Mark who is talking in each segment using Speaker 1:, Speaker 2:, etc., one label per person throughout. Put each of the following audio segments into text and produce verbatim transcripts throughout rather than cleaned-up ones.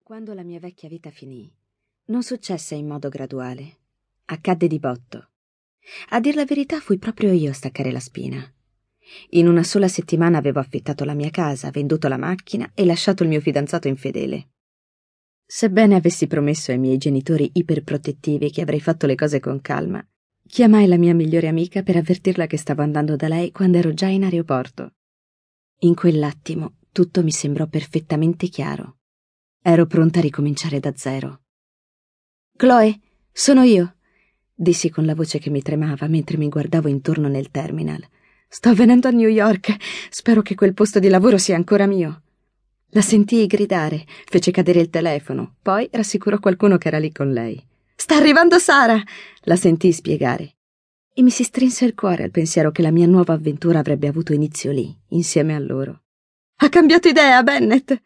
Speaker 1: Quando la mia vecchia vita finì, non successe in modo graduale. Accadde di botto. A dir la verità, fui proprio io a staccare la spina. In una sola settimana avevo affittato la mia casa, venduto la macchina e lasciato il mio fidanzato infedele. Sebbene avessi promesso ai miei genitori iperprotettivi che avrei fatto le cose con calma, chiamai la mia migliore amica per avvertirla che stavo andando da lei quando ero già in aeroporto. In quell'attimo tutto mi sembrò perfettamente chiaro. Ero pronta a ricominciare da zero. «Chloe, sono io», dissi con la voce che mi tremava mentre mi guardavo intorno nel terminal. «Sto venendo a New York. Spero che quel posto di lavoro sia ancora mio». La sentii gridare, fece cadere il telefono, poi rassicurò qualcuno che era lì con lei. «Sta arrivando Sara!» la sentii spiegare. E mi si strinse il cuore al pensiero che la mia nuova avventura avrebbe avuto inizio lì, insieme a loro. «Ha cambiato idea, Bennett!»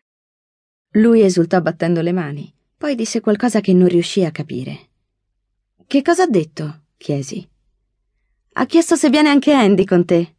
Speaker 1: Lui esultò battendo le mani, poi disse qualcosa che non riuscii a capire. «Che cosa ha detto?» chiesi. «Ha chiesto se viene anche Andy con te».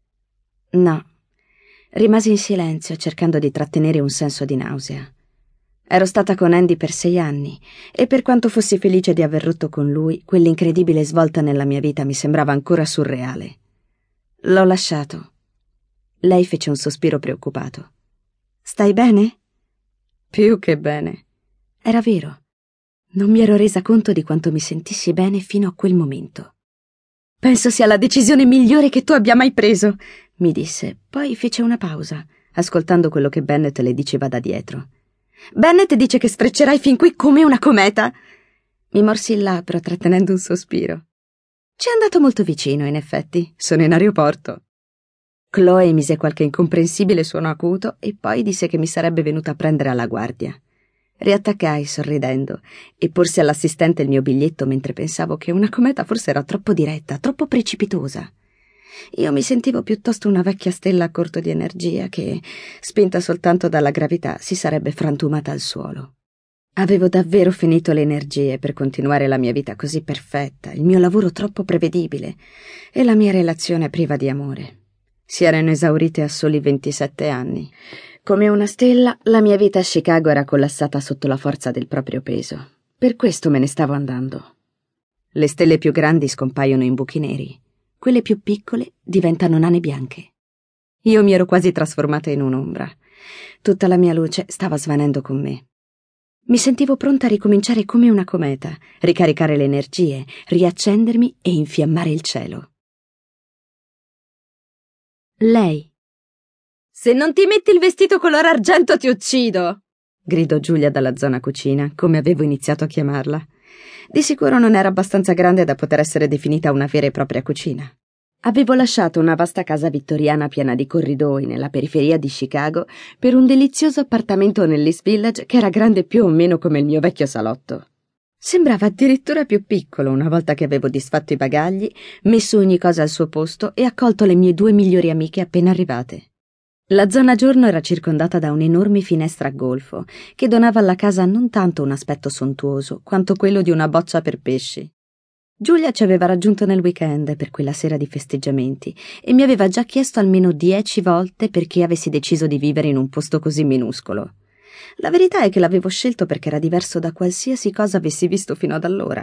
Speaker 1: «No». Rimasi in silenzio, cercando di trattenere un senso di nausea. Ero stata con Andy per sei anni, e per quanto fossi felice di aver rotto con lui, quell'incredibile svolta nella mia vita mi sembrava ancora surreale. L'ho lasciato. Lei fece un sospiro preoccupato. «Stai bene?» Più che bene. Era vero. Non mi ero resa conto di quanto mi sentissi bene fino a quel momento. «Penso sia la decisione migliore che tu abbia mai preso», mi disse. Poi fece una pausa, ascoltando quello che Bennett le diceva da dietro. «Bennett dice che sfreccerai fin qui come una cometa». Mi morsi il labbro, trattenendo un sospiro. «Ci è andato molto vicino, in effetti. Sono in aeroporto». Chloe mise qualche incomprensibile suono acuto e poi disse che mi sarebbe venuta a prendere alla guardia. Riattaccai sorridendo e porsi all'assistente il mio biglietto mentre pensavo che una cometa forse era troppo diretta, troppo precipitosa. Io mi sentivo piuttosto una vecchia stella a corto di energia che, spinta soltanto dalla gravità, si sarebbe frantumata al suolo. Avevo davvero finito le energie per continuare la mia vita così perfetta, il mio lavoro troppo prevedibile e la mia relazione priva di amore. Si erano esaurite a soli ventisette anni. Come una stella, la mia vita a Chicago era collassata sotto la forza del proprio peso. Per questo me ne stavo andando. Le stelle più grandi scompaiono in buchi neri. Quelle più piccole diventano nane bianche. Io mi ero quasi trasformata in un'ombra. Tutta la mia luce stava svanendo con me. Mi sentivo pronta a ricominciare come una cometa, ricaricare le energie, riaccendermi e infiammare il cielo. Lei. «Se non ti metti il vestito color argento ti uccido!» gridò Giulia dalla zona cucina, come avevo iniziato a chiamarla. Di sicuro non era abbastanza grande da poter essere definita una vera e propria cucina. Avevo lasciato una vasta casa vittoriana piena di corridoi nella periferia di Chicago per un delizioso appartamento nell'East Village che era grande più o meno come il mio vecchio salotto. Sembrava addirittura più piccolo una volta che avevo disfatto i bagagli, messo ogni cosa al suo posto e accolto le mie due migliori amiche appena arrivate. La zona giorno era circondata da un'enorme finestra a golfo che donava alla casa non tanto un aspetto sontuoso quanto quello di una boccia per pesci. Giulia ci aveva raggiunto nel weekend per quella sera di festeggiamenti e mi aveva già chiesto almeno dieci volte perché avessi deciso di vivere in un posto così minuscolo. La verità è che l'avevo scelto perché era diverso da qualsiasi cosa avessi visto fino ad allora.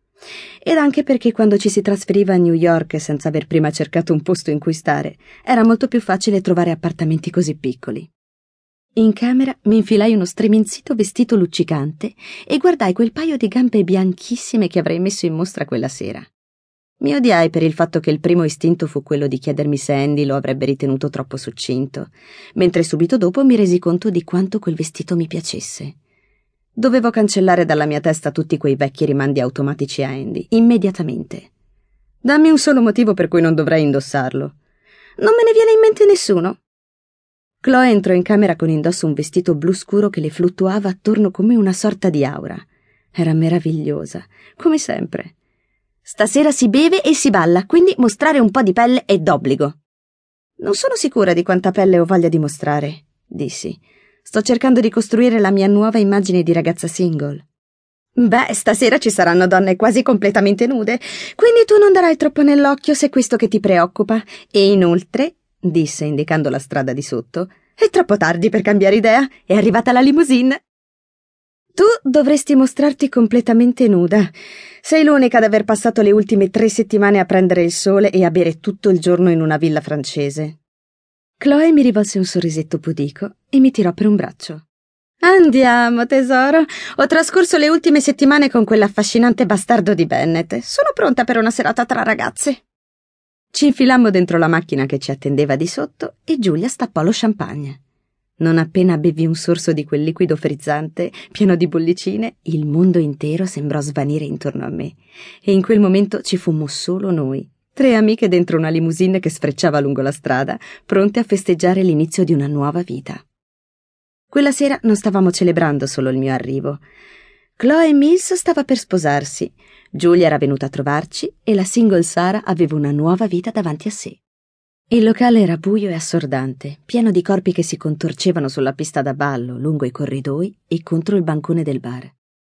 Speaker 1: Ed anche perché quando ci si trasferiva a New York senza aver prima cercato un posto in cui stare, era molto più facile trovare appartamenti così piccoli. In camera mi infilai uno striminzito vestito luccicante e guardai quel paio di gambe bianchissime che avrei messo in mostra quella sera. Mi odiai per il fatto che il primo istinto fu quello di chiedermi se Andy lo avrebbe ritenuto troppo succinto, mentre subito dopo mi resi conto di quanto quel vestito mi piacesse. Dovevo cancellare dalla mia testa tutti quei vecchi rimandi automatici a Andy, immediatamente. Dammi un solo motivo per cui non dovrei indossarlo. Non me ne viene in mente nessuno. Chloe entrò in camera con indosso un vestito blu scuro che le fluttuava attorno come una sorta di aura. Era meravigliosa, come sempre. «Stasera si beve e si balla, quindi mostrare un po' di pelle è d'obbligo». «Non sono sicura di quanta pelle ho voglia di mostrare», dissi. «Sto cercando di costruire la mia nuova immagine di ragazza single». «Beh, stasera ci saranno donne quasi completamente nude, quindi tu non darai troppo nell'occhio se è questo che ti preoccupa. E inoltre», disse indicando la strada di sotto, «è troppo tardi per cambiare idea, è arrivata la limousine». Tu dovresti mostrarti completamente nuda. Sei l'unica ad aver passato le ultime tre settimane a prendere il sole e a bere tutto il giorno in una villa francese. Chloe mi rivolse un sorrisetto pudico e mi tirò per un braccio. Andiamo, tesoro. Ho trascorso le ultime settimane con quell'affascinante bastardo di Bennett. Sono pronta per una serata tra ragazze. Ci infilammo dentro la macchina che ci attendeva di sotto e Giulia stappò lo champagne. Non appena bevi un sorso di quel liquido frizzante, pieno di bollicine, il mondo intero sembrò svanire intorno a me. E in quel momento ci fummo solo noi, tre amiche dentro una limousine che sfrecciava lungo la strada, pronte a festeggiare l'inizio di una nuova vita. Quella sera non stavamo celebrando solo il mio arrivo. Chloe Mills stava per sposarsi, Giulia era venuta a trovarci e la single Sara aveva una nuova vita davanti a sé. Il locale era buio e assordante, pieno di corpi che si contorcevano sulla pista da ballo, lungo i corridoi e contro il bancone del bar.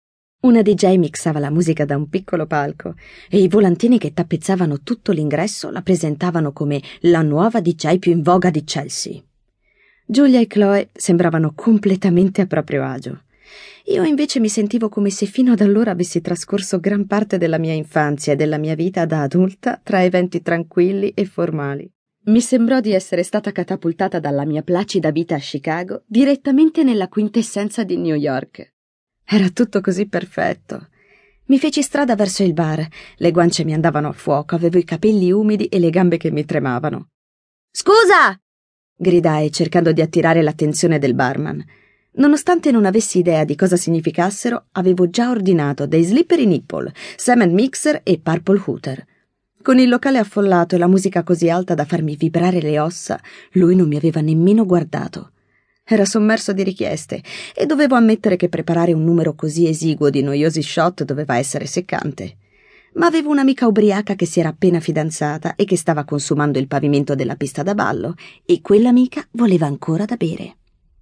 Speaker 1: Una D J mixava la musica da un piccolo palco e i volantini che tappezzavano tutto l'ingresso la presentavano come la nuova D J più in voga di Chelsea. Giulia e Chloe sembravano completamente a proprio agio. Io invece mi sentivo come se fino ad allora avessi trascorso gran parte della mia infanzia e della mia vita da adulta tra eventi tranquilli e formali. Mi sembrò di essere stata catapultata dalla mia placida vita a Chicago direttamente nella quintessenza di New York. Era tutto così perfetto. Mi feci strada verso il bar, le guance mi andavano a fuoco, avevo i capelli umidi e le gambe che mi tremavano. «Scusa!» gridai, cercando di attirare l'attenzione del barman. Nonostante non avessi idea di cosa significassero, avevo già ordinato dei Slippery Nipple, Sam and Mixer e Purple Hooter. Con il locale affollato e la musica così alta da farmi vibrare le ossa, lui non mi aveva nemmeno guardato. Era sommerso di richieste e dovevo ammettere che preparare un numero così esiguo di noiosi shot doveva essere seccante. Ma avevo un'amica ubriaca che si era appena fidanzata e che stava consumando il pavimento della pista da ballo, e quell'amica voleva ancora da bere.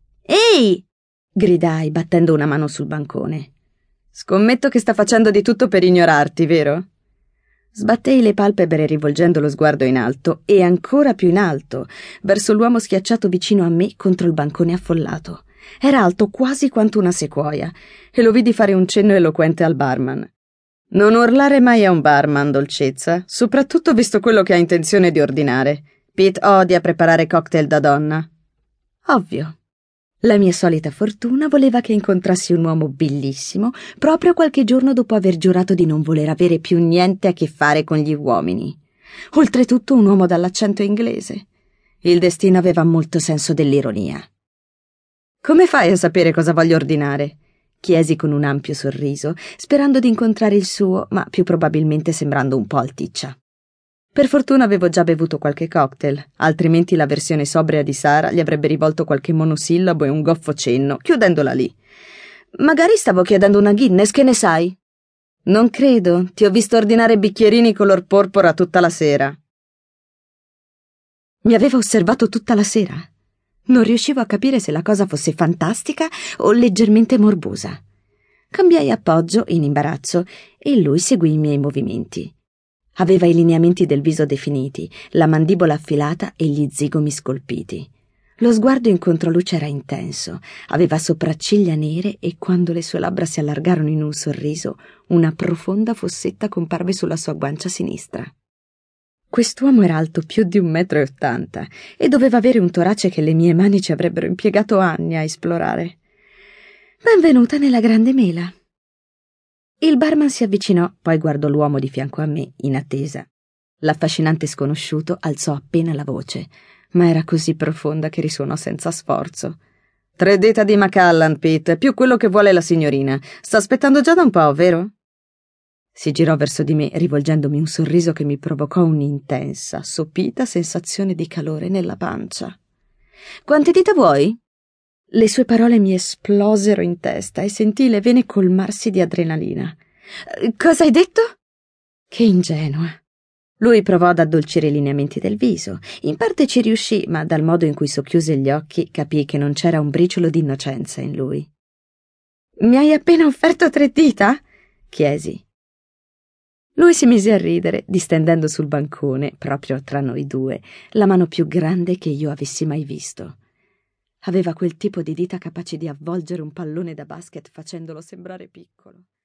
Speaker 1: «Ehi!» gridai, battendo una mano sul bancone. «Scommetto che sta facendo di tutto per ignorarti, vero?» Sbattei le palpebre rivolgendo lo sguardo in alto, e ancora più in alto, verso l'uomo schiacciato vicino a me contro il bancone affollato. Era alto quasi quanto una sequoia, e lo vidi fare un cenno eloquente al barman. «Non urlare mai a un barman, dolcezza, soprattutto visto quello che ha intenzione di ordinare. Pete odia preparare cocktail da donna». Ovvio. La mia solita fortuna voleva che incontrassi un uomo bellissimo proprio qualche giorno dopo aver giurato di non voler avere più niente a che fare con gli uomini. Oltretutto un uomo dall'accento inglese. Il destino aveva molto senso dell'ironia. «Come fai a sapere cosa voglio ordinare?» chiesi con un ampio sorriso, sperando di incontrare il suo, ma più probabilmente sembrando un po' alticcia. Per fortuna avevo già bevuto qualche cocktail, altrimenti la versione sobria di Sara gli avrebbe rivolto qualche monosillabo e un goffo cenno, chiudendola lì. «Magari stavo chiedendo una Guinness, che ne sai?» «Non credo, ti ho visto ordinare bicchierini color porpora tutta la sera». Mi aveva osservato tutta la sera? Non riuscivo a capire se la cosa fosse fantastica o leggermente morbosa. Cambiai appoggio, in imbarazzo, e lui seguì i miei movimenti. Aveva i lineamenti del viso definiti, la mandibola affilata e gli zigomi scolpiti. Lo sguardo in controluce era intenso, aveva sopracciglia nere e quando le sue labbra si allargarono in un sorriso, una profonda fossetta comparve sulla sua guancia sinistra. Quest'uomo era alto più di un metro e ottanta e doveva avere un torace che le mie mani ci avrebbero impiegato anni a esplorare. «Benvenuta nella grande mela». Il barman si avvicinò, poi guardò l'uomo di fianco a me, in attesa. L'affascinante sconosciuto alzò appena la voce, ma era così profonda che risuonò senza sforzo. «Tre dita di Macallan, Pete, più quello che vuole la signorina. Sta aspettando già da un po', vero?» Si girò verso di me, rivolgendomi un sorriso che mi provocò un'intensa, sopita sensazione di calore nella pancia. «Quante dita vuoi?» Le sue parole mi esplosero in testa e sentii le vene colmarsi di adrenalina. «Cosa hai detto?» Che ingenua. Lui provò ad addolcire i lineamenti del viso. In parte ci riuscì, ma dal modo in cui socchiuse gli occhi capii che non c'era un briciolo di innocenza in lui. «Mi hai appena offerto tre dita?» chiesi. Lui si mise a ridere, distendendo sul bancone, proprio tra noi due, la mano più grande che io avessi mai visto. Aveva quel tipo di dita capaci di avvolgere un pallone da basket facendolo sembrare piccolo.